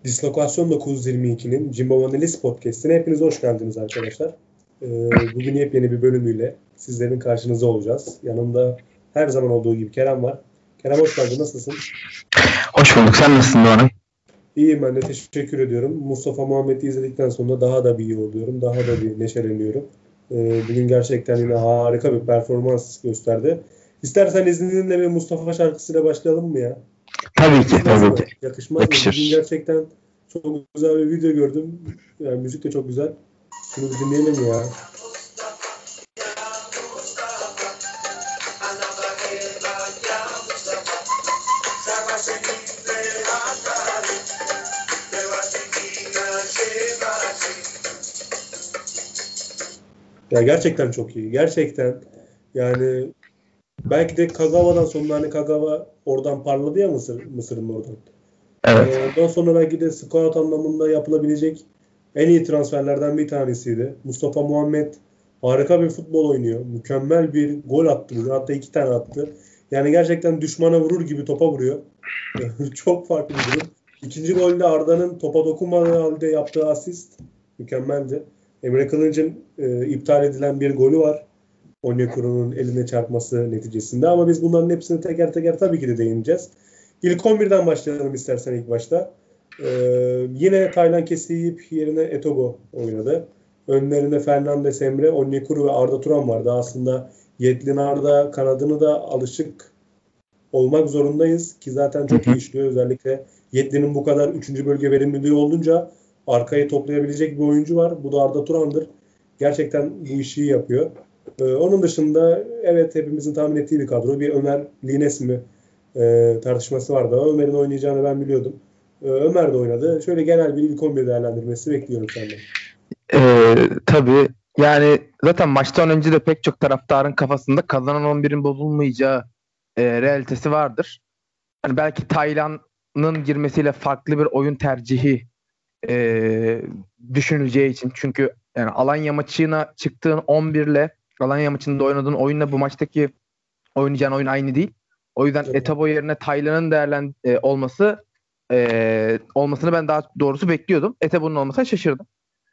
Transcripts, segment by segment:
Dislokasyon 922'nin Jimbo Vanillis Podcast'ine hepiniz hoş geldiniz arkadaşlar. Bugün yepyeni bir bölümüyle sizlerin karşınızda olacağız. Yanımda her zaman olduğu gibi Kerem var. Kerem hoş geldin, nasılsın? Hoş bulduk. Sen nasılsın Doğan? İyiyim, ben de teşekkür ediyorum. Mustafa Muhammed'i izledikten sonra daha da bir iyi oluyorum. Daha da bir neşeleniyorum. Bugün gerçekten yine harika bir performans gösterdi. İstersen izninle bir Mustafa şarkısıyla başlayalım mı ya? Tabii ki, tabii ki. Yakışmaz mı? Yakışır. Bugün gerçekten çok güzel bir video gördüm. Yani müzik de çok güzel. Şunu bir dinleyelim ya. Ya gerçekten çok iyi. Gerçekten yani belki de Kagawa'dan sonra hani Kagawa oradan parladı ya Mısır'ın oradan. Evet. Ondan sonra belki de scout anlamında yapılabilecek en iyi transferlerden bir tanesiydi. Mustafa Muhammed harika bir futbol oynuyor. Mükemmel bir gol attı bugün. Hatta 2 tane attı. Yani gerçekten düşmana vurur gibi topa vuruyor. Çok farklı bir durum. İkinci golde Arda'nın topa dokunmadığı halde yaptığı asist mükemmeldi. Emre Kılınç'ın iptal edilen bir golü var. Onyekuru'nun eline çarpması neticesinde. Ama biz bunların hepsini teker teker tabii ki de değineceğiz. İlk 11'den başlayalım istersen ilk başta. Yine Taylan Keseyip yerine Etobo oynadı. Önlerinde Fernandes, Emre, Onyekuru ve Arda Turan vardı. Aslında Yedlin Arda kanadını da alışık olmak zorundayız ki zaten çok iyi işliyor. Özellikle Yedlin'in bu kadar 3. bölge verimliliği olunca arkayı toplayabilecek bir oyuncu var. Bu da Arda Turan'dır. Gerçekten bu işi iyi yapıyor. Onun dışında evet hepimizin tahmin ettiği bir kadro. Bir Ömer Lines mi tartışması vardı. Ömer'in oynayacağını ben biliyordum. Ömer de oynadı. Şöyle genel bir ilk 11 değerlendirmesi bekliyorum senden. Tabii. Yani zaten maçtan önce de pek çok taraftarın kafasında kazanan 11'in bozulmayacağı realitesi vardır. Yani belki Taylan'ın girmesiyle farklı bir oyun tercihi düşünüleceği için. Çünkü yani Alanya maçına çıktığın 11'le Alanya maçında oynadığın oyunla bu maçtaki oynayacağın oyun aynı değil. O yüzden Evet. Etebo yerine Taylan'ın olmasını ben daha doğrusu bekliyordum. Etebo'nun olmasına şaşırdım.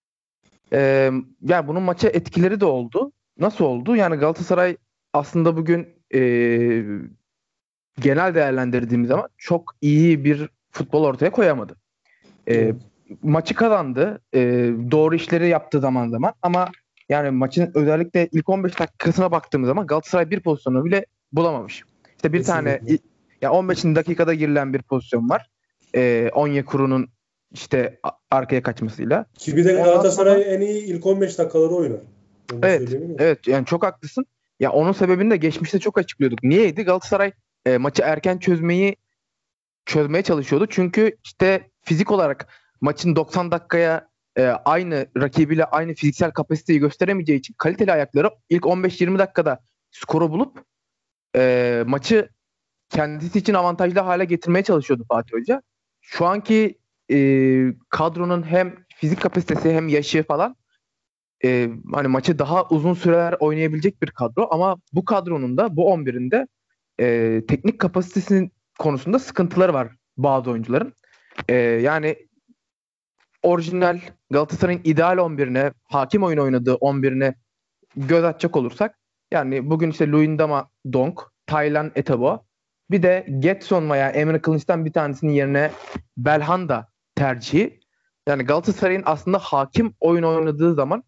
Yani bunun maça etkileri de oldu. Nasıl oldu? Yani Galatasaray aslında bugün genel değerlendirdiğimiz zaman çok iyi bir futbol ortaya koyamadı. Evet. Maçı kazandı. Doğru işleri yaptı zaman zaman ama yani maçın özellikle ilk 15 dakikasına baktığımız zaman Galatasaray bir pozisyonu bile bulamamış. İşte bir Kesinlikle. tane ya 15. dakikada girilen bir pozisyon var. Onyekuru'nun işte arkaya kaçmasıyla. Ki bir de Ondan Galatasaray sonra en iyi ilk 15 dakikaları oynar. Onu da evet, söyleyeyim mi? evet yani çok haklısın. Ya onun sebebini de geçmişte çok açıklıyorduk. Niyeydi? Galatasaray maçı erken çözmeye çalışıyordu. Çünkü işte fizik olarak maçın 90 dakikaya aynı rakibiyle aynı fiziksel kapasiteyi gösteremeyeceği için kaliteli ayakları ilk 15-20 dakikada skoru bulup maçı kendisi için avantajlı hale getirmeye çalışıyordu Fatih Hoca. Şu anki kadronun hem fizik kapasitesi hem yaşı falan hani maçı daha uzun süreler oynayabilecek bir kadro ama bu kadronun da bu 11'inde teknik kapasitesinin konusunda sıkıntıları var bazı oyuncuların. Yani orijinal Galatasaray'ın ideal 11'ine, hakim oyun oynadığı 11'ine göz atacak olursak yani bugün işte Luyendama, Donk, Taylan, Etebo bir de Getson veya Emre Kılınç'tan bir tanesinin yerine Belhanda tercihi. Yani Galatasaray'ın aslında hakim oyun oynadığı zaman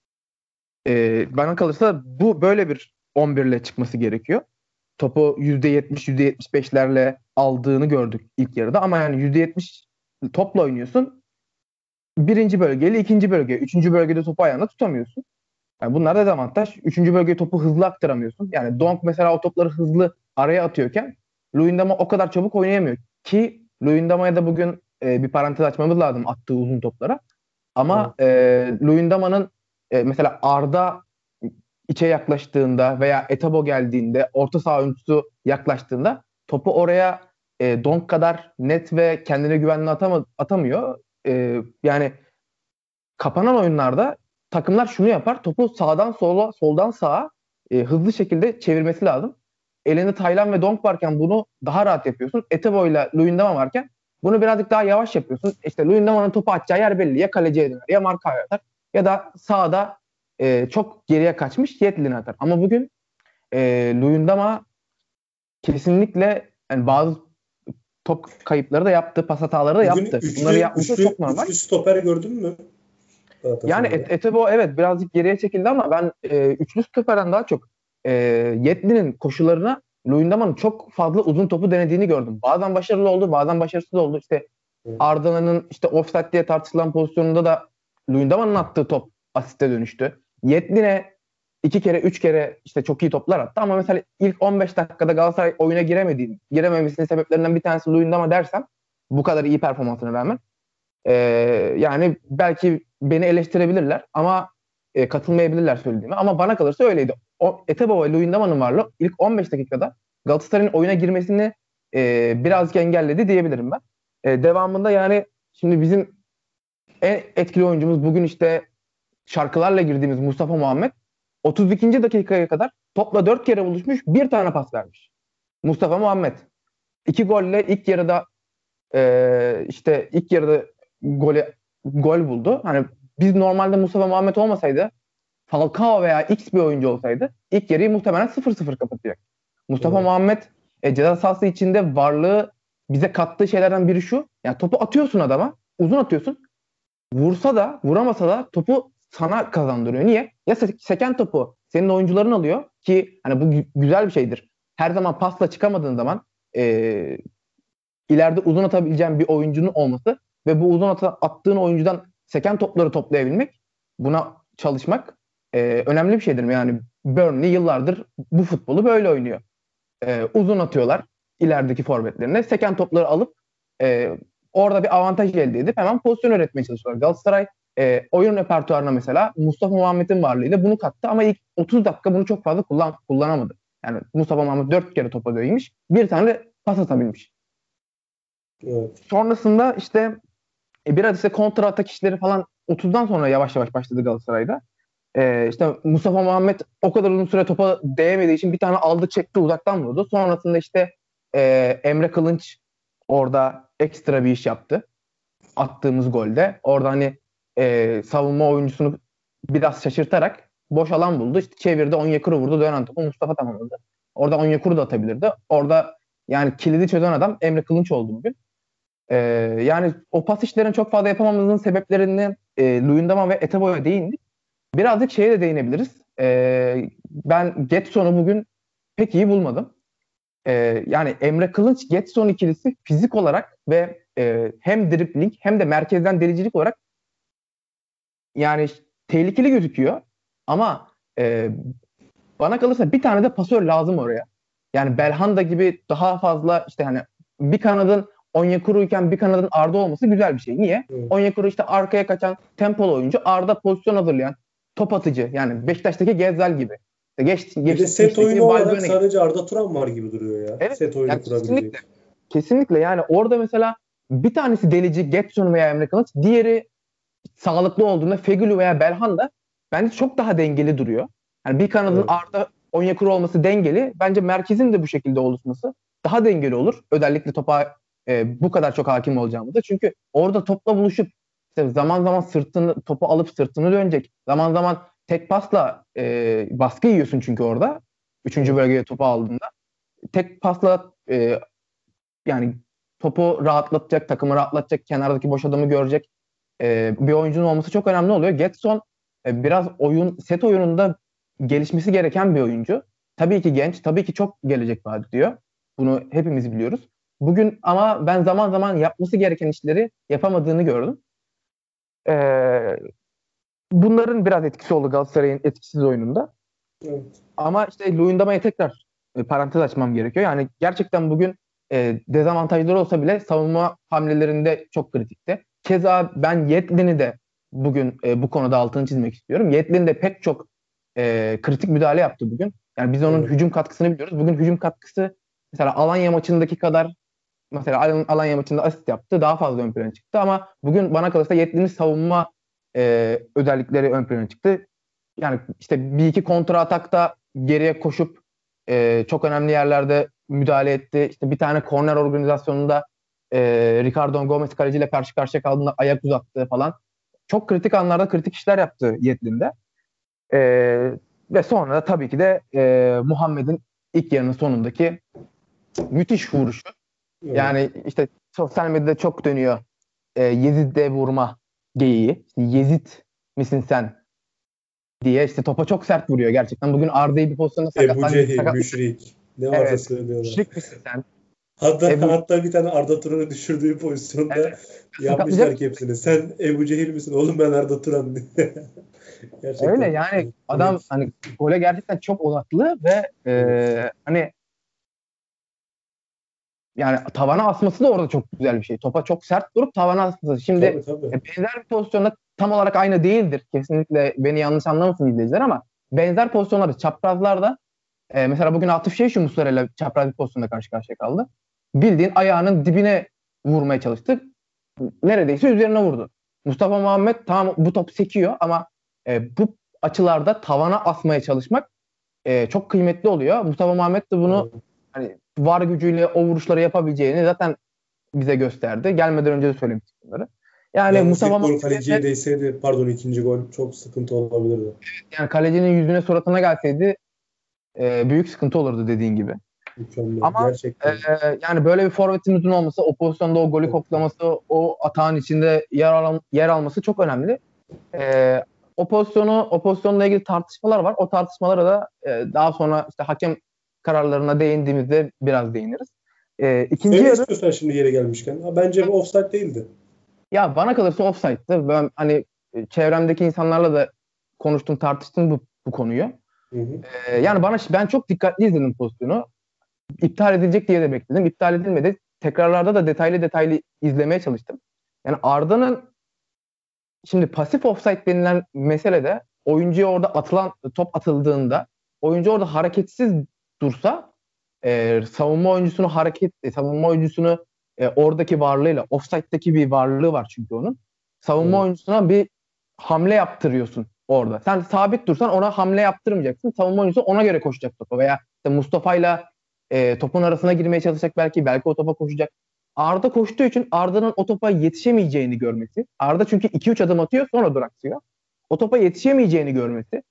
bana kalırsa bu böyle bir 11 ile çıkması gerekiyor. Topu %70, %75'lerle aldığını gördük ilk yarıda ama yani %70 topla oynuyorsun. Birinci bölgeyle ikinci bölge. Üçüncü bölgede topu ayağına tutamıyorsun. Yani bunlar da dezavantaj. Üçüncü bölgeye topu hızlı aktaramıyorsun. Yani Donk mesela o topları hızlı araya atıyorken Luyendama o kadar çabuk oynayamıyor. Ki Luyendama'ya da bugün bir parantez açmamız lazım attığı uzun toplara. Ama Luyendama'nın mesela Arda içe yaklaştığında veya Etabo geldiğinde, orta saha oyuncusu yaklaştığında topu oraya Donk kadar net ve kendine güvenli atamıyor. Yani kapanan oyunlarda takımlar şunu yapar. Topu sağdan sola, soldan sağa hızlı şekilde çevirmesi lazım. Elinde Taylan ve Donk varken bunu daha rahat yapıyorsun. Etebo ile Luyendama varken Bunu birazcık daha yavaş yapıyorsun. İşte Luyendama'nın topu atacağı yer belli. Ya kaleciye döner ya markaya atar ya da sağda çok geriye kaçmış Yedlin'e atar. Ama bugün Luyendama kesinlikle yani bazı top kayıpları da yaptı, pas hataları da Bugün yaptı. Bunları yapması çok normal. üçlü stoper gördün mü? Yani Etebo evet birazcık geriye çekildi ama ben üçlü stoperden daha çok Yetlin'in koşularına Luyendama'nın çok fazla uzun topu denediğini gördüm. Bazen başarılı oldu, bazen başarısız oldu. İşte Arda'nın işte offside diye tartışılan pozisyonunda da Luyendama'nın attığı top asiste dönüştü. Yetlin'e 2 kere 3 kere işte çok iyi toplar attı ama mesela ilk 15 dakikada Galatasaray oyuna girememesinin sebeplerinden bir tanesi Luyendama dersem bu kadar iyi performansına rağmen yani belki beni eleştirebilirler ama katılmayabilirler söylediğime. Ama bana kalırsa öyleydi. O Etebo ve Luyendama'nın varlığı ilk 15 dakikada Galatasaray'ın oyuna girmesini birazcık engelledi diyebilirim ben. Devamında yani şimdi bizim en etkili oyuncumuz bugün işte şarkılarla girdiğimiz Mustafa Muhammed 32. dakikaya kadar topla 4 kere buluşmuş, bir tane pas vermiş. Mustafa Muhammed 2 golle ilk yarıda işte ilk yarıda gol buldu. Hani biz normalde Mustafa Muhammed olmasaydı Falcao veya X bir oyuncu olsaydı ilk yarıyı muhtemelen 0-0 kapatacak. Mustafa Muhammed ceza sahası içinde varlığı bize kattığı şeylerden biri şu. Yani topu atıyorsun adama, uzun atıyorsun. Vursa da vuramasa da topu sana kazandırıyor. Niye? Ya seken topu senin oyuncuların alıyor ki hani bu güzel bir şeydir. Her zaman pasla çıkamadığın zaman ileride uzun atabileceğin bir oyuncunun olması ve bu uzun attığın oyuncudan seken topları toplayabilmek, buna çalışmak önemli bir şeydir. Yani Burnley yıllardır bu futbolu böyle oynuyor. Uzun atıyorlar ilerideki forvetlerine. Seken topları alıp orada bir avantaj elde edip hemen pozisyon üretmeye çalışıyorlar. Galatasaray oyun repertuarına mesela Mustafa Muhammed'in varlığıyla bunu kattı ama ilk 30 dakika bunu çok fazla kullanamadı. Yani Mustafa Muhammed 4 kere topa değmiş, bir tane pas atabilmiş. Evet. Sonrasında işte biraz işte kontra atak işleri falan 30'dan sonra yavaş yavaş başladı Galatasaray'da. İşte Mustafa Muhammed o kadar uzun süre topa değemediği için bir tane aldı çekti uzaktan vurdu. Sonrasında işte Emre Kılınç orada ekstra bir iş yaptı. Attığımız golde. Orada hani savunma oyuncusunu biraz şaşırtarak boş alan buldu. İşte çevirdi Onyekuru vurdu. Dönen topu Mustafa tamamladı. Orada Onyekuru da atabilirdi. Orada yani kilidi çözen adam Emre Kılınç oldu bugün. Yani o pas işlerini çok fazla yapamamızın sebeplerinden Luyendama ve Etebo'ya değindik. Birazcık şeye de değinebiliriz. Ben Getson'u bugün pek iyi bulmadım. Yani Emre Kılınç Getson ikilisi fizik olarak ve hem dribling hem de merkezden delicilik olarak yani tehlikeli gözüküyor. Ama bana kalırsa bir tane de pasör lazım oraya. Yani Belhanda gibi daha fazla işte hani bir kanadın Onyekuru'yken bir kanadın Arda olması güzel bir şey. Niye? Evet. Onyekuru işte arkaya kaçan tempolu oyuncu, Arda pozisyon hazırlayan top atıcı. Yani Beşiktaş'taki Gezzal gibi. Bir de set oyunu olarak Valbuena gibi. sadece Arda Turan var gibi duruyor ya. Evet. Set oyunu Yani kurabilecek. kesinlikle yani orada mesela bir tanesi delici Getson veya Emre Kılıç, diğeri sağlıklı olduğunda Fegülü veya Belhanda bence çok daha dengeli duruyor. Yani bir kanadın Evet. Arda Onyekuru olması dengeli. Bence merkezin de bu şekilde oluşması daha dengeli olur. Özellikle topa bu kadar çok hakim olacağımızda. Çünkü orada topla buluşup işte zaman zaman topu alıp sırtını dönecek. Zaman zaman tek pasla baskı yiyorsun çünkü orada. Üçüncü Evet. bölgeye topu aldığında. Tek pasla yani topu rahatlatacak, takımı rahatlatacak, kenardaki boş adamı görecek bir oyuncunun olması çok önemli oluyor. Getson biraz set oyununda gelişmesi gereken bir oyuncu. Tabii ki genç, tabii ki çok gelecek vaat ediyor. Bunu hepimiz biliyoruz. Bugün ama ben zaman zaman yapması gereken işleri yapamadığını gördüm. E, Bunların biraz etkisi oldu Galatasaray'ın etkisiz oyununda. Evet. Ama işte Luyendama'ya tekrar parantez açmam gerekiyor. Yani gerçekten bugün dezavantajları olsa bile savunma hamlelerinde çok kritikti. Keza ben Yetlin'i de bugün bu konuda altını çizmek istiyorum. Yetlin de pek çok kritik müdahale yaptı bugün. Yani biz onun Evet. hücum katkısını biliyoruz. Bugün hücum katkısı mesela Alanya maçındaki kadar mesela Alanya maçında asist yaptı. Daha fazla ön plana çıktı ama bugün bana kalırsa Yetlin'in savunma özellikleri ön plana çıktı. Yani işte bir iki kontra atakta geriye koşup çok önemli yerlerde müdahale etti. İşte bir tane korner organizasyonunda Ricardo Gomez kaleciyle karşı karşıya kaldığında ayak uzattı falan. Çok kritik anlarda kritik işler yaptı Yedlin'de. Ve sonra da tabii ki de Muhammed'in ilk yarının sonundaki müthiş vuruşu. Evet. Yani işte sosyal medyada çok dönüyor. Yezid'de vurma geyiği. İşte Yezid misin sen diye işte topa çok sert vuruyor gerçekten. Bugün Arda'yı bir pozisyonda Ebu Cehil, Müşrik. Ne varsa Evet. söylüyorlar. Müşrik misin sen? Hatta bir tane Arda Turan'ı düşürdüğü pozisyonda yapmışlar Sakatlayacak. ki hepsini. Sen Ebu Cehil misin? Oğlum ben Arda Turan diye. Öyle Gerçekten yani adam komik. hani gole gerçekten çok odaklı ve Evet. hani yani tavana asması da orada çok güzel bir şey. Topa çok sert durup tavana asması. Şimdi Tabii tabii. benzer bir pozisyonda tam olarak aynı değildir. Kesinlikle beni yanlış anlamasın izleyiciler ama benzer pozisyonlarda çaprazlarda mesela bugün Atıf Şey şu Muslera'yla çapraz bir pozisyonda karşı karşıya kaldı. Bildiğin ayağının dibine vurmaya çalıştı. Neredeyse üzerine vurdu. Mustafa Muhammed tamam bu top sekiyor ama bu açılarda tavana asmaya çalışmak çok kıymetli oluyor. Mustafa Muhammed de bunu Evet. hani var gücüyle o vuruşları yapabileceğini zaten bize gösterdi. Gelmeden önce de söylemiştik bunları. Yani Yalnız Mustafa ilk gol kaleciye Muhammed'in değseydi, pardon, ikinci gol çok sıkıntı olabilirdi. yani kalecinin yüzüne suratına gelseydi büyük sıkıntı olurdu dediğin gibi. Mükemmel. Ama Gerçekten. yani böyle bir forvetimizin olması, o pozisyonda o golü Çok güzel. koklaması, o atağın içinde yer alması çok önemli. O pozisyonla ilgili tartışmalar var. O tartışmalara da daha sonra işte hakem kararlarına değindiğimizde biraz değiniriz. İkinci Söyle yarı istiyorsan şimdi yere gelmişken. Bence bu offside değildi. ya bana kalırsa offside'dı. Ben hani çevremdeki insanlarla da konuştum, tartıştım bu konuyu. Hı hı. Yani ben çok dikkatli izledim pozisyonu. İptal edilecek diye de bekledim. İptal edilmedi. Tekrarlarda da detaylı detaylı izlemeye çalıştım. Yani Arda'nın şimdi pasif offside denilen meselede oyuncuya orada top atıldığında oyuncu orada hareketsiz dursa savunma oyuncusunu oradaki varlığıyla offside'deki bir varlığı var çünkü onun. Savunma Evet. oyuncusuna bir hamle yaptırıyorsun orada. Sen sabit dursan ona hamle yaptırmayacaksın. Savunma oyuncusu ona göre koşacak topa veya işte Mustafa'yla topun arasına girmeye çalışacak belki o topa koşacak. Arda koştuğu için Arda'nın o topa yetişemeyeceğini görmesi. Arda çünkü 2-3 adım atıyor sonra duraksıyor. O topa yetişemeyeceğini görmesi.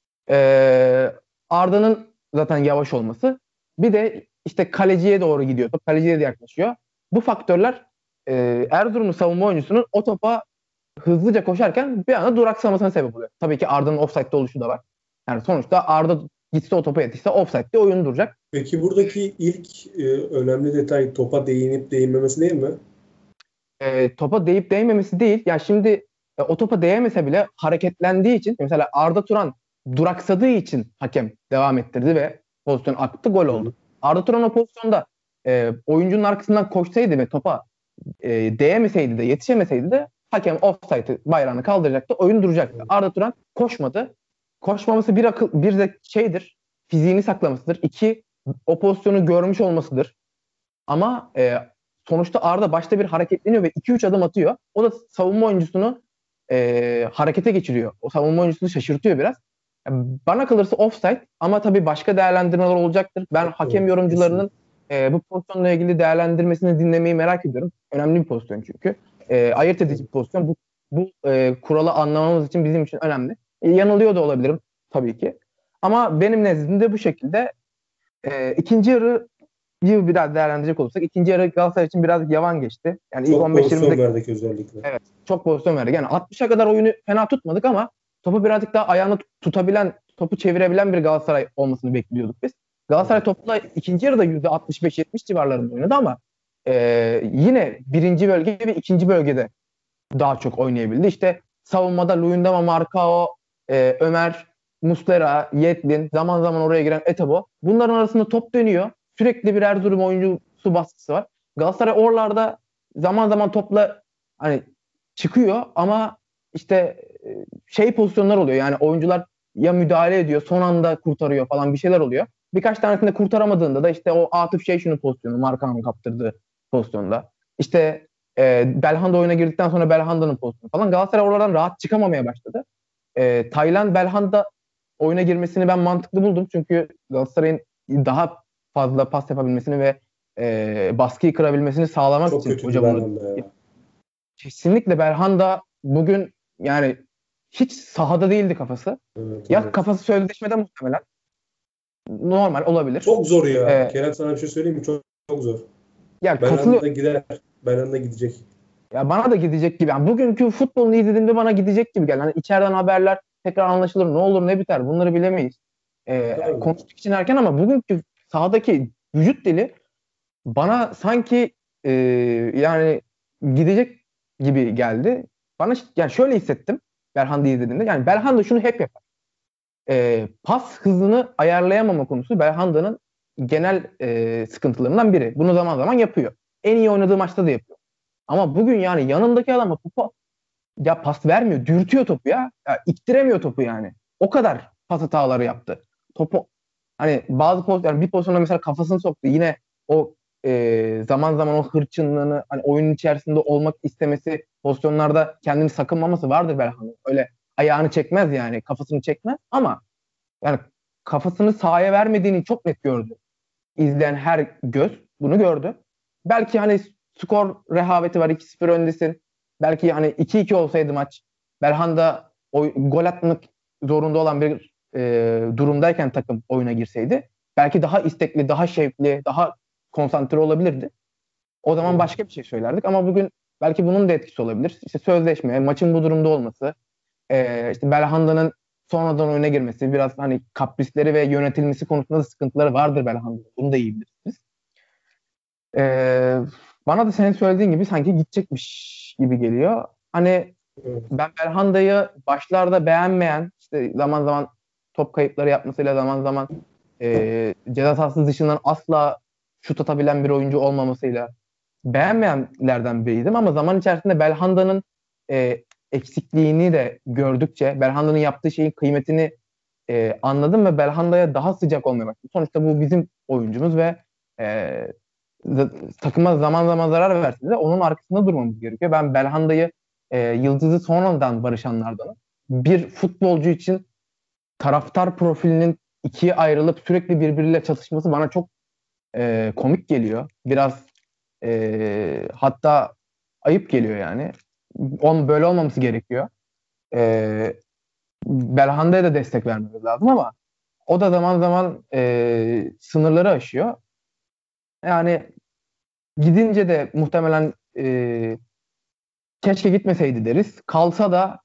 Arda'nın zaten yavaş olması. Bir de işte kaleciye doğru gidiyor. Top kaleciye de yaklaşıyor. Bu faktörler Erzurumlu savunma oyuncusunun o topa hızlıca koşarken bir anda duraksamasına sebep oluyor. Tabii ki Arda'nın offside'de oluşu da var. Yani sonuçta Arda gitse o topa yetişse offside'de oyun duracak. Peki buradaki ilk önemli detay topa değinip değinmemesi değil mi? Topa değip değmemesi değil. Yani şimdi o topa değmese bile hareketlendiği için mesela Arda Turan duraksadığı için hakem devam ettirdi ve pozisyon aktı gol Hı hı. oldu. Arda Turan o pozisyonda oyuncunun arkasından koşsaydı ve topa değmeseydi de yetişemeseydi de hakem offside bayrağını kaldıracaktı. Oyun duracaktı. Evet. Arda Turan koşmadı. Koşmaması bir de şeydir. Fiziğini saklamasıdır. İki o pozisyonu görmüş olmasıdır. Ama sonuçta Arda başta bir hareketleniyor ve 2-3 adım atıyor. O da savunma oyuncusunu harekete geçiriyor. O savunma oyuncusunu şaşırtıyor biraz. Yani bana kalırsa offside ama tabii başka değerlendirmeler olacaktır. Ben Çok hakem doğru. yorumcularının Kesinlikle. bu pozisyonla ilgili değerlendirmesini dinlemeyi merak ediyorum. Önemli bir pozisyon çünkü. Ayırt edici bir Evet. pozisyon. Bu kuralı anlamamız için bizim için önemli. Yanılıyor da olabilirim tabii ki. Ama benim nezdimde bu şekilde. İkinci yarı biraz değerlendirecek olursak ikinci yarı Galatasaray için biraz yavan geçti. Yani ilk Çok 15-20 pozisyon dakika verdik özellikle. evet çok pozisyon verdik. Yani 60'a kadar oyunu fena tutmadık ama topu birazcık daha ayağını tutabilen, topu çevirebilen bir Galatasaray olmasını bekliyorduk biz. Galatasaray Evet. topla ikinci yarıda %65-70 civarlarında oynadı ama yine birinci bölge ve ikinci bölgede daha çok oynayabildi. İşte savunmada Luyendama, Marcao, Ömer, Muslera, Yedlin, zaman zaman oraya giren Etebo. Bunların arasında top dönüyor. Sürekli bir Erzurum oyuncusu baskısı var. Galatasaray oralarda zaman zaman topla hani çıkıyor ama işte pozisyonlar oluyor. Yani oyuncular ya müdahale ediyor, son anda kurtarıyor falan bir şeyler oluyor. Birkaç tanesinde kurtaramadığında da işte o Atıf Şeyşun'un pozisyonu, Markan'ın kaptırdığı pozisyonda. İşte Belhanda oyuna girdikten sonra Belhanda'nın pozisyonu falan. Galatasaray oralardan rahat çıkamamaya başladı. Taylan Belhanda oyuna girmesini ben mantıklı buldum. Çünkü Galatasaray'ın daha fazla pas yapabilmesini ve baskıyı kırabilmesini sağlamak Çok için kötüydü hoca bunu Belhanda ya. kesinlikle Belhanda bugün yani hiç sahada değildi kafası. Evet, Ya evet. kafası sözleşmede muhtemelen. Normal olabilir. Çok zor ya. Ee, Kerem, sana bir şey söyleyeyim mi? Çok, çok zor. ya Belhanda katılıyorum. gider. Belhanda gidecek. Ya bana da gidecek gibi. Yani bugünkü futbolunu izlediğimde bana gidecek gibi geldi. Hani içeriden haberler tekrar anlaşılır. Ne olur ne biter bunları bilemeyiz. Tabii. Konuştuk için erken ama bugünkü sahadaki vücut dili bana sanki e, yani gidecek gibi geldi. Bana yani şöyle hissettim Belhanda'yı izlediğimde. Yani Belhanda şunu hep yapar. Pas hızını ayarlayamama konusu Belhanda'nın genel sıkıntılarından biri. Bunu zaman zaman yapıyor. En iyi oynadığı maçta da yapıyor. Ama bugün yani yanındaki adama topu ya pas vermiyor. Dürtüyor topu ya. Ya ittiremiyor topu yani. O kadar pas hataları yaptı. Topu hani bazı yani bir pozisyonda mesela kafasını soktu. Yine o zaman zaman o hırçınlığını hani oyunun içerisinde olmak istemesi pozisyonlarda kendini sakınmaması vardır Belhan'ın. Öyle ayağını çekmez yani kafasını çekmez ama yani kafasını sahaya vermediğini çok net gördü. İzleyen her göz bunu gördü. Belki hani skor rehaveti var 2-0 öndesin. Belki hani 2-2 olsaydı maç Belhanda gol atmak zorunda olan bir durumdayken takım oyuna girseydi belki daha istekli, daha şevkli, daha konsantre olabilirdi. O zaman Evet. başka bir şey söylerdik ama bugün belki bunun da etkisi olabilir. İşte sözleşme, maçın bu durumda olması, işte Belhanda'nın sonradan oyuna girmesi, biraz hani kaprisleri ve yönetilmesi konusunda da sıkıntıları vardır Belhanda'nın. Bunu da iyi bilirsiniz. Ee, bana da senin söylediğin gibi sanki gidecekmiş gibi geliyor. Hani Evet. ben Belhanda'yı başlarda beğenmeyen, işte zaman zaman top kayıpları yapmasıyla zaman zaman ceza sahası dışından asla şut atabilen bir oyuncu olmamasıyla beğenmeyenlerden biriydim ama zaman içerisinde Belhanda'nın e, eksikliğini de gördükçe Belhanda'nın yaptığı şeyin kıymetini anladım ve Belhanda'ya daha sıcak olmaya başladım. Sonuçta bu bizim oyuncumuz ve e, takıma zaman zaman zarar verse de onun arkasında durmamız gerekiyor. Ben Belhanda'yı yıldızı sonradan barışanlardanım. Bir futbolcu için taraftar profilinin ikiye ayrılıp sürekli birbiriyle çatışması bana çok komik geliyor. Biraz hatta ayıp geliyor yani. Böyle olmaması gerekiyor. E, Belhanda'ya da destek vermemiz lazım ama o da zaman zaman sınırları aşıyor. Yani gidince de muhtemelen keşke gitmeseydi deriz. Kalsa da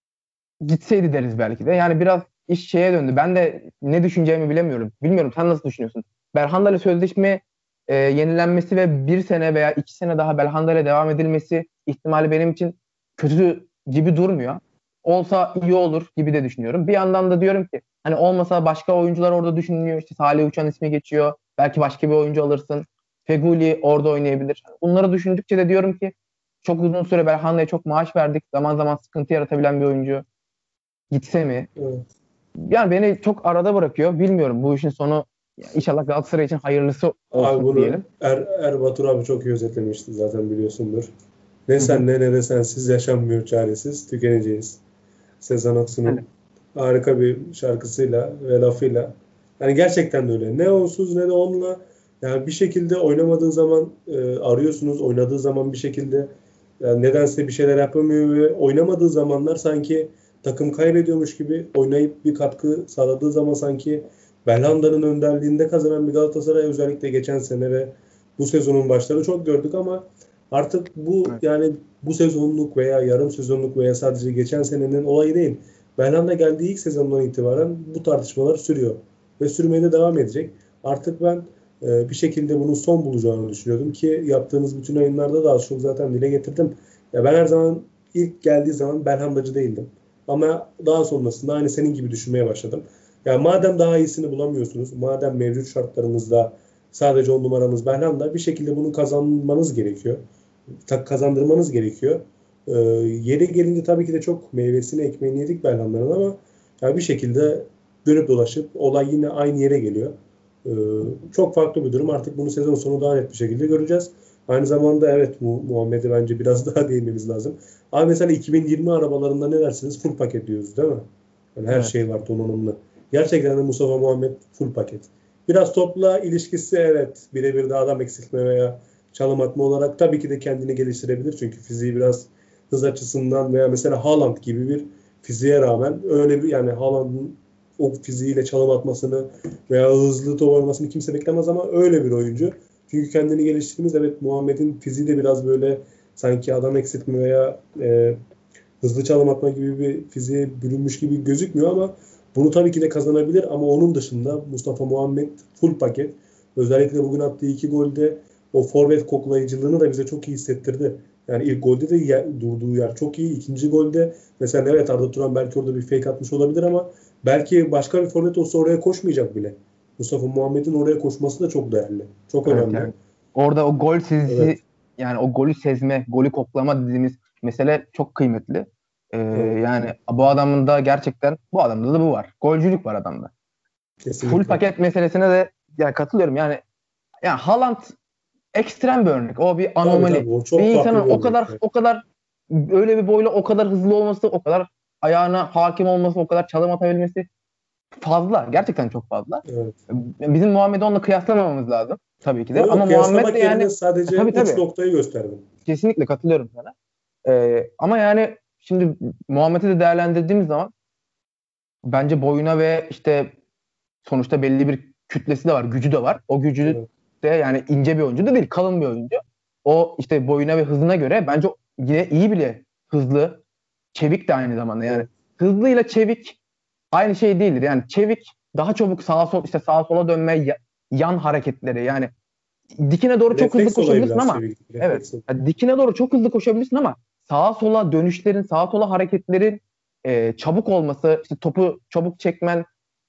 gitseydi deriz belki de. Yani biraz iş şeye döndü. Ben de ne düşüneceğimi bilemiyorum. Bilmiyorum, sen nasıl düşünüyorsun? Belhanda ile sözleşme yenilenmesi ve bir sene veya 2 sene daha Belhanda ile devam edilmesi ihtimali benim için kötü gibi durmuyor. Olsa iyi olur gibi de düşünüyorum. Bir yandan da diyorum ki hani olmasa başka oyuncular orada düşünülüyor. İşte Salih Uçan ismi geçiyor. Belki başka bir oyuncu alırsın. Feguli orada oynayabilir. Bunları düşündükçe de diyorum ki çok uzun süre Belhanda'ya çok maaş verdik. Zaman zaman sıkıntı yaratabilen bir oyuncu. Gitse mi? Evet. Yani beni çok arada bırakıyor. Bilmiyorum. Bu işin sonu inşallah Galatasaray için hayırlısı Abi olsun bunu diyelim. Erbatur abi çok iyi özetlemişti, zaten biliyorsundur. Ne Hı hı. sen ne de sensiz yaşanmıyor, çaresiz tükeneceğiz. Sezen Yani, Aksu'nun harika bir şarkısıyla ve lafıyla. Yani gerçekten de öyle. Ne onsuz ne de onunla, yani bir şekilde oynamadığı zaman arıyorsunuz. Oynadığı zaman bir şekilde yani nedense bir şeyler yapamıyor ve oynamadığı zamanlar sanki takım kaybediyormuş gibi, oynayıp bir katkı sağladığı zaman sanki Belhanda'nın önderliğinde kazanan bir Galatasaray özellikle geçen sene ve bu sezonun başları çok gördük ama artık bu, evet. yani bu sezonluk veya yarım sezonluk veya sadece geçen senenin olayı değil. Belhanda geldiği ilk sezondan itibaren bu tartışmalar sürüyor ve sürmeye de devam edecek. Artık ben bir şekilde bunun son bulacağını düşünüyordum ki yaptığımız bütün yayınlarda da az çok zaten dile getirdim. Ya ben her zaman ilk geldiği zaman Belhandacı değildim. Ama daha sonrasında aynı senin gibi düşünmeye başladım. Ya madem daha iyisini bulamıyorsunuz, madem mevcut şartlarınızda sadece 10 numaranız Belhanda, bir şekilde bunu kazanmanız gerekiyor. Kazandırmanız gerekiyor. Yeri gelince tabii ki de çok meyvesini, ekmeğini yedik Belhanda'nın ama ya bir şekilde dönüp dolaşıp olay yine aynı yere geliyor. Ee, çok farklı bir durum. Artık bunu sezon sonu daha net bir şekilde göreceğiz. Aynı zamanda evet, Muhammed'e bence biraz daha değinmemiz lazım. Abi mesela 2020 arabalarında ne dersiniz? Full paket diyoruz değil mi? Yani her Evet. şey var donanımlı. Gerçekten de Mustafa Muhammed full paket. Biraz topla ilişkisi evet birebir de adam eksiltme veya çalım atma olarak tabii ki de kendini geliştirebilir. Çünkü fiziği biraz hız açısından veya mesela Haaland gibi bir fiziğe rağmen öyle bir yani Haaland'ın o fiziğiyle çalım atmasını veya hızlı top oynamasını kimse beklemez ama öyle bir oyuncu. Çünkü kendini geliştirdiğimiz evet Muhammed'in fiziği de biraz böyle sanki adam eksiltme veya hızlı çalım atma gibi bir fiziğe bürünmüş gibi gözükmüyor ama bunu tabii ki de kazanabilir ama onun dışında Mustafa Muhammed full paket. Özellikle bugün attığı 2 golde o forvet koklayıcılığını da bize çok iyi hissettirdi. Yani ilk golde de durduğu yer çok iyi. İkinci golde mesela evet Arda Turan belki orada bir fake atmış olabilir ama belki başka bir forvet olsa oraya koşmayacak bile. Mustafa Muhammed'in oraya koşması da çok değerli. Çok Evet, önemli. yani orada o gol sezisi, Evet. yani o golü sezme, golü koklama dediğimiz mesele çok kıymetli. Evet. Yani bu adamın da gerçekten, bu adamda da bu var. Golcülük var adamda. Full Kesinlikle. paket meselesine de yani katılıyorum. Yani Haaland ekstrem bir örnek. O bir Tabii anomali. tabii o Bir çok farklı insanın bir o örnek. kadar o kadar öyle bir boyla o kadar hızlı olması, o kadar ayağına hakim olması, o kadar çalım atabilmesi fazla. Gerçekten çok fazla. Evet. Bizim Muhammed'i onunla kıyaslamamamız lazım tabii ki de. Yok Ama Muhammed de kıyaslamak yani yerine sadece tabii uç tabii. noktayı gösterdim. Kesinlikle katılıyorum sana. Ama yani şimdi Muhammed'i de değerlendirdiğimiz zaman bence boyuna ve işte sonuçta belli bir kütlesi de var, gücü de var. O gücü Evet. de yani ince bir oyuncu da değil, kalın bir oyuncu. O işte boyuna ve hızına göre bence yine iyi bile, hızlı, çevik de aynı zamanda. Yani Evet. hızlıyla çevik aynı şey değildir. Yani çevik daha çabuk sağa sola dönme, yan hareketleri. Yani dikine doğru çok hızlı Refleks olayı koşabilirsin biraz ama çeviklik. evet. Refleks olayı. Yani dikine doğru çok hızlı koşabilirsin ama sağa sola dönüşlerin, sağa sola hareketlerin çabuk olması, işte topu çabuk çekmen,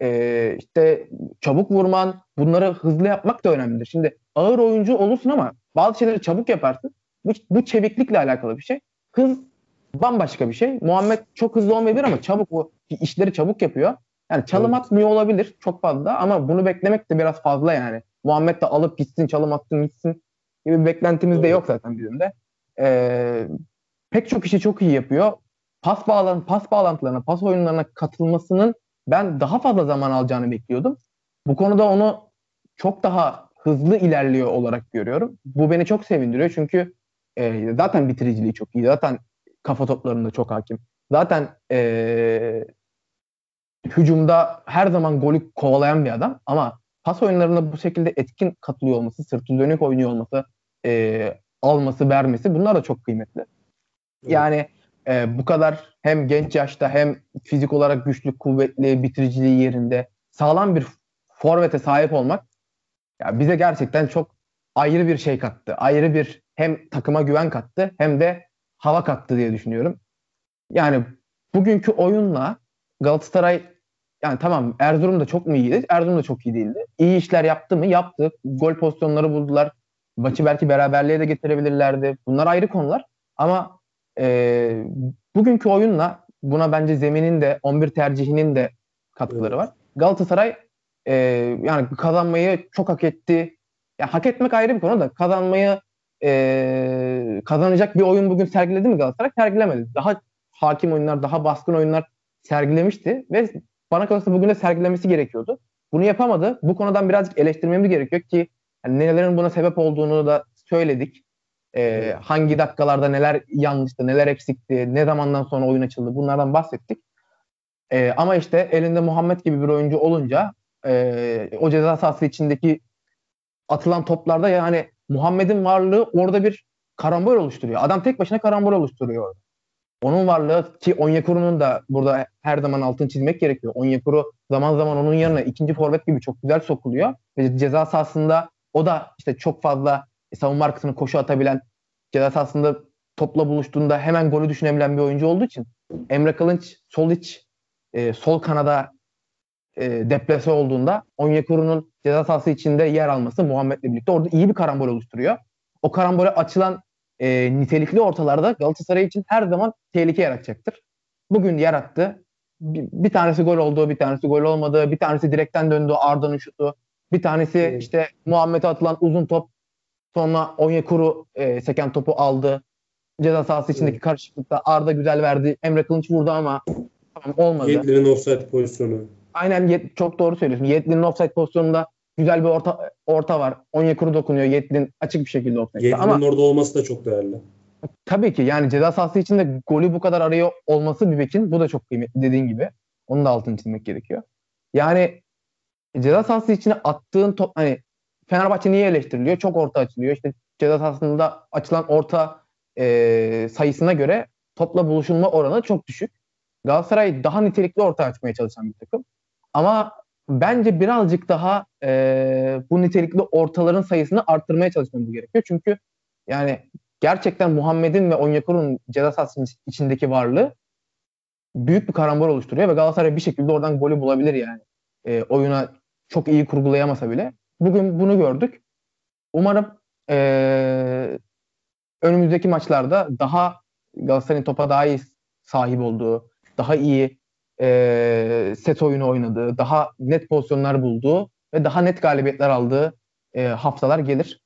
işte çabuk vurman, bunları hızlı yapmak da önemlidir. Şimdi ağır oyuncu olursun ama bazı şeyleri çabuk yaparsın. Bu çeviklikle alakalı bir şey. Hız bambaşka bir şey. Muhammed çok hızlı olmayabilir ama çabuk, o işleri çabuk yapıyor. Yani çalım Evet. atmıyor olabilir çok fazla ama bunu beklemek de biraz fazla yani. Muhammed de alıp gitsin, çalım atsın gitsin gibi bir beklentimiz de Doğru. yok zaten bizim de. Ee, Pek çok işi çok iyi yapıyor. Pas bağlantılarına, pas oyunlarına katılmasının ben daha fazla zaman alacağını bekliyordum. Bu konuda onu çok daha hızlı ilerliyor olarak görüyorum. Bu beni çok sevindiriyor çünkü zaten bitiriciliği çok iyi. Zaten kafa toplarında çok hakim. Zaten hücumda her zaman golü kovalayan bir adam ama pas oyunlarında bu şekilde etkin katılıyor olması, sırtı dönük oynuyor olması, alması, vermesi, bunlar da çok kıymetli. Evet. Yani bu kadar hem genç yaşta hem fizik olarak güçlü, kuvvetli, bitiriciliği yerinde sağlam bir forvete sahip olmak ya bize gerçekten çok ayrı bir şey kattı. Ayrı bir hem takıma güven kattı hem de hava kattı diye düşünüyorum. Yani bugünkü oyunla Galatasaray, yani tamam Erzurum da çok mu iyiydi? Erzurum da çok iyi değildi. İyi işler yaptı mı? Yaptı. Gol pozisyonları buldular. Maçı belki beraberliğe de getirebilirlerdi. Bunlar ayrı konular. Ama e, bugünkü oyunla buna bence zeminin de 11 tercihinin de katkıları Evet. var. Galatasaray e, yani kazanmayı çok hak etti. Ya hak etmek ayrı bir konu da kazanmayı kazanacak bir oyun bugün sergiledi mi Galatasaray? Sergilemedi. Daha hakim oyunlar, daha baskın oyunlar sergilemişti ve bana kalırsa bugün de sergilemesi gerekiyordu. Bunu yapamadı. Bu konudan birazcık eleştirmemiz gerekiyor ki yani nelerin buna sebep olduğunu da söyledik. Evet. Hangi dakikalarda neler yanlıştı, neler eksikti, ne zamandan sonra oyun açıldı, bunlardan bahsettik. Ama işte elinde Muhammed gibi bir oyuncu olunca o ceza sahası içindeki atılan toplarda yani Muhammed'in varlığı orada bir karambol oluşturuyor. Adam tek başına karambol oluşturuyor orada. Onun varlığı ki Onyekuru'nun da burada her zaman altını çizmek gerekiyor. Onyekuru zaman zaman onun yerine ikinci forvet gibi çok güzel sokuluyor. Ve ceza sahasında o da işte çok fazla savunma arkasını koşu atabilen, ceza sahasında topla buluştuğunda hemen golü düşünebilen bir oyuncu olduğu için Emre Kılınç sol iç, sol kanada deplase olduğunda Onyekuru'nun ceza sahası içinde yer alması Muhammed'le birlikte orada iyi bir karambol oluşturuyor. O karambole açılan nitelikli ortalarda Galatasaray için her zaman tehlike yaratacaktır. Bugün yarattı. Bir tanesi gol oldu, bir tanesi gol olmadı, bir tanesi direkten döndü, Arda'nın şutu. Bir tanesi Evet. işte Muhammed'e atılan uzun top, sonra Onyekuru seken topu aldı. Ceza sahası içindeki Evet. karışıklıkta Arda güzel verdi. Emre Kılınç vurdu ama tamam olmadı. Yedlin'in offside pozisyonu. Aynen, çok doğru söylüyorsun. Yedlin'in offside pozisyonunda güzel bir orta var. Onyekuru dokunuyor. Yedlin açık bir şekilde ortaya. Ama Yedlin'in orada olması da çok değerli. tabii ki yani ceza sahası içinde golü bu kadar arıyor olması bir bekin. Bu da çok kıymetli dediğin gibi. Onun da altını çizmek gerekiyor. Yani ceza sahası içine attığın top, hani Fenerbahçe niye eleştiriliyor? Çok orta açılıyor. İşte ceza sahasında açılan orta sayısına göre topla buluşulma oranı çok düşük. Galatasaray daha nitelikli orta açmaya çalışan bir takım. Ama bence birazcık daha bu nitelikli ortaların sayısını arttırmaya çalışmamız gerekiyor. Çünkü yani gerçekten Muhammed'in ve Onyekuru'nun ceza sahasının içindeki varlığı büyük bir karambol oluşturuyor ve Galatasaray bir şekilde oradan golü bulabilir yani. Oyuna çok iyi kurgulayamasa bile. Bugün bunu gördük. Umarım önümüzdeki maçlarda daha Galatasaray'ın topa daha iyi sahip olduğu, daha iyi set oyunu oynadığı, daha net pozisyonlar bulduğu ve daha net galibiyetler aldığı haftalar gelir.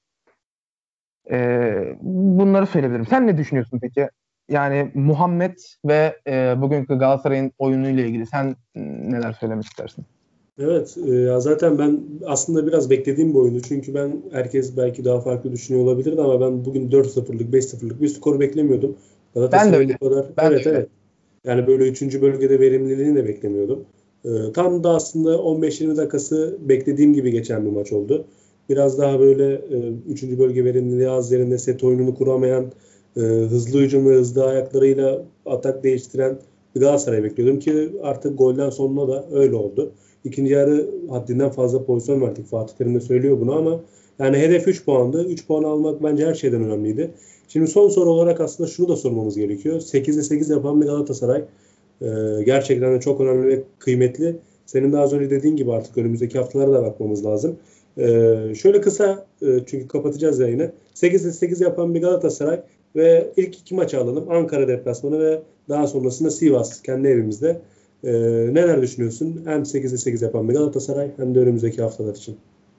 Bunları söyleyebilirim. Sen ne düşünüyorsun peki? Yani Muhammed ve bugünkü Galatasaray'ın oyunuyla ilgili sen neler söylemek istersin? Evet, ya zaten ben aslında biraz beklediğim bir oyundu. Çünkü herkes belki daha farklı düşünüyor olabilirdi ama ben bugün 4-0'lık, 5-0'lık bir skor beklemiyordum. Ben de Galatasaray'ın öyle. bu kadar. Ben de Evet, öyle. evet. Yani böyle 3. bölgede verimliliğini de beklemiyordum. Tam da aslında 15-20 dakikası beklediğim gibi geçen bir maç oldu. Biraz daha böyle 3. bölge verimliliği az yerinde set oyununu kuramayan, hızlı hücum ve hızlı ayaklarıyla atak değiştiren bir Galatasaray bekliyordum ki artık golden sonra da öyle oldu. İkinci yarı haddinden fazla pozisyon verdik. Fatih Terim de söylüyor bunu ama yani hedef 3 puandı. 3 puan almak bence her şeyden önemliydi. Şimdi son soru olarak aslında şunu da sormamız gerekiyor. 8'de 8 yapan bir Galatasaray gerçekten de çok önemli ve kıymetli. Senin de az önce dediğin gibi artık önümüzdeki haftalara da bakmamız lazım. Şöyle kısa çünkü kapatacağız yayını. 8'de 8 yapan bir Galatasaray ve ilk 2 maçı alalım. Ankara deplasmanı ve daha sonrasında Sivas kendi evimizde. Neler düşünüyorsun? Hem 8'de 8 yapan bir Galatasaray hem de önümüzdeki haftalar için.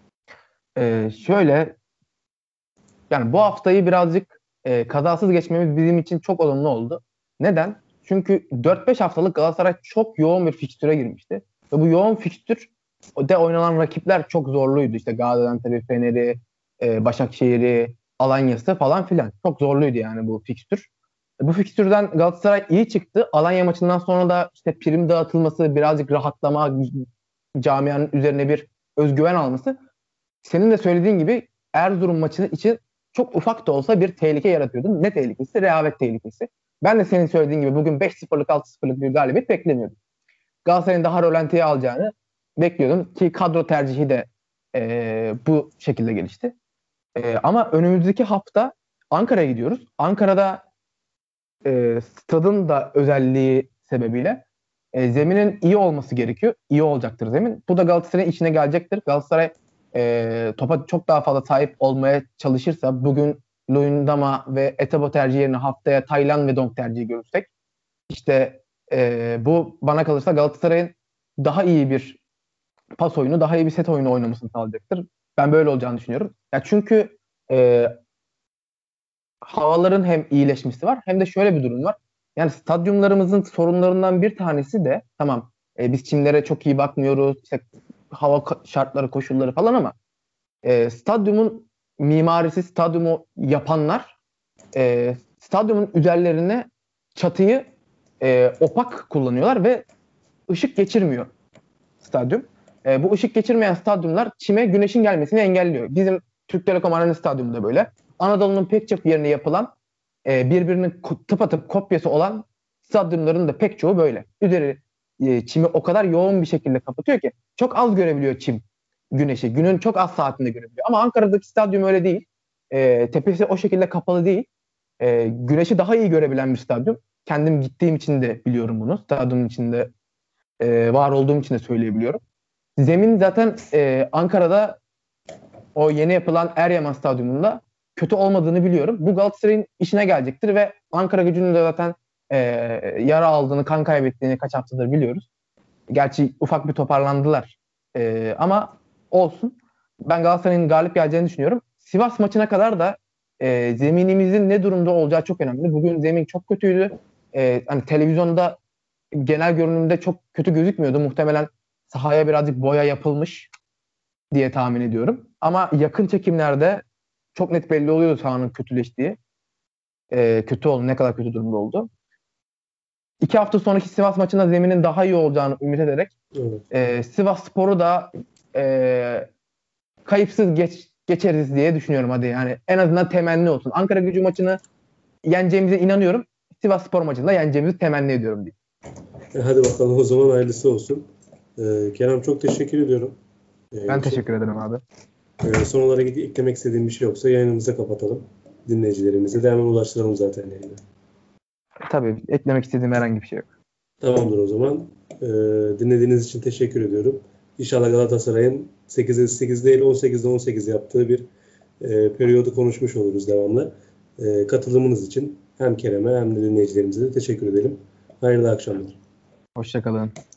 Şöyle yani bu haftayı birazcık kazasız geçmemiz bizim için çok olumlu oldu. Neden? Çünkü 4-5 haftalık Galatasaray çok yoğun bir fikstüre girmişti. Ve bu yoğun fikstür de oynanan rakipler çok zorluydu. İşte Gaziantep, Fener'i, Başakşehir'i, Alanya'sı falan filan. Çok zorluydu yani bu fikstür. Bu fikstürden Galatasaray iyi çıktı. Alanya maçından sonra da işte prim dağıtılması, birazcık rahatlama, camianın üzerine bir özgüven alması. Senin de söylediğin gibi Erzurum maçı için çok ufak da olsa bir tehlike yaratıyordu. Ne tehlikesi? Rehavet tehlikesi. Ben de senin söylediğin gibi bugün 5-0'lık 6-0'lık bir galibiyet beklemiyordum. Galatasaray'ın daha rölantiye alacağını bekliyordum ki kadro tercihi de bu şekilde gelişti. Ama önümüzdeki hafta Ankara'ya gidiyoruz. Ankara'da stadın da özelliği sebebiyle zeminin iyi olması gerekiyor. İyi olacaktır zemin. Bu da Galatasaray'ın içine gelecektir. Galatasaray topa çok daha fazla sahip olmaya çalışırsa bugün Luyendama ve Etebo tercih yerine haftaya Taylan ve Donk tercihi görürsek işte bu bana kalırsa Galatasaray'ın daha iyi bir pas oyunu, daha iyi bir set oyunu oynamasını sağlayacaktır. Ben böyle olacağını düşünüyorum. Ya çünkü havaların hem iyileşmesi var hem de şöyle bir durum var. Yani stadyumlarımızın sorunlarından bir tanesi de tamam biz çimlere çok iyi bakmıyoruz. İşte hava şartları, koşulları falan ama stadyumun mimarisi, stadyumu yapanlar stadyumun üzerlerine çatıyı opak kullanıyorlar ve ışık geçirmiyor stadyum. Bu ışık geçirmeyen stadyumlar çime güneşin gelmesini engelliyor. Bizim Türk Telekom Arena Stadyumu'da böyle. Anadolu'nun pek çok yerine yapılan birbirinin tıpatıp kopyası olan stadyumların da pek çoğu böyle. Üzeri çimi o kadar yoğun bir şekilde kapatıyor ki çok az görebiliyor çim güneşi. Günün çok az saatinde görebiliyor. Ama Ankara'daki stadyum öyle değil. Tepesi o şekilde kapalı değil. Güneşi daha iyi görebilen bir stadyum. Kendim gittiğim için de biliyorum bunu. Stadyumun içinde var olduğum için de söyleyebiliyorum. Zemin zaten Ankara'da o yeni yapılan Eryaman Stadyumunda kötü olmadığını biliyorum. Bu Galatasaray'ın işine gelecektir ve Ankara Gücü'nün de zaten yara aldığını, kan kaybettiğini kaç haftadır biliyoruz. Gerçi ufak bir toparlandılar. Ama olsun. Ben Galatasaray'ın galip geleceğini düşünüyorum. Sivas maçına kadar da zeminimizin ne durumda olacağı çok önemli. Bugün zemin çok kötüydü. Hani televizyonda genel görünümde çok kötü gözükmüyordu. Muhtemelen sahaya birazcık boya yapılmış. diye tahmin ediyorum. Ama yakın çekimlerde çok net belli oluyordu sahanın kötüleştiği. Kötü oldu. Ne kadar kötü durumda oldu. 2 hafta sonraki Sivas maçında zeminin daha iyi olacağını ümit ederek Sivasspor'u da kayıpsız geçeriz diye düşünüyorum. Hadi yani en azından temenni olsun. Ankara-Gücü maçını yeneceğimize inanıyorum. Sivasspor maçında yeneceğimizi temenni ediyorum diye. Hadi bakalım o zaman hayırlısı olsun. Kerem çok teşekkür ediyorum. Ben teşekkür ederim abi. Son olarak eklemek istediğim bir şey yoksa yayınımızı kapatalım. Dinleyicilerimize de hemen ulaştıralım zaten yayını. Tabii eklemek istediğim herhangi bir şey yok. Tamamdır o zaman. Dinlediğiniz için teşekkür ediyorum. İnşallah Galatasaray'ın 8'de 8 değil 18'de 18 yaptığı bir periyodu konuşmuş oluruz devamlı. Katılımınız için hem Kerem'e hem de dinleyicilerimize de teşekkür edelim. Hayırlı akşamlar. Hoşça kalın.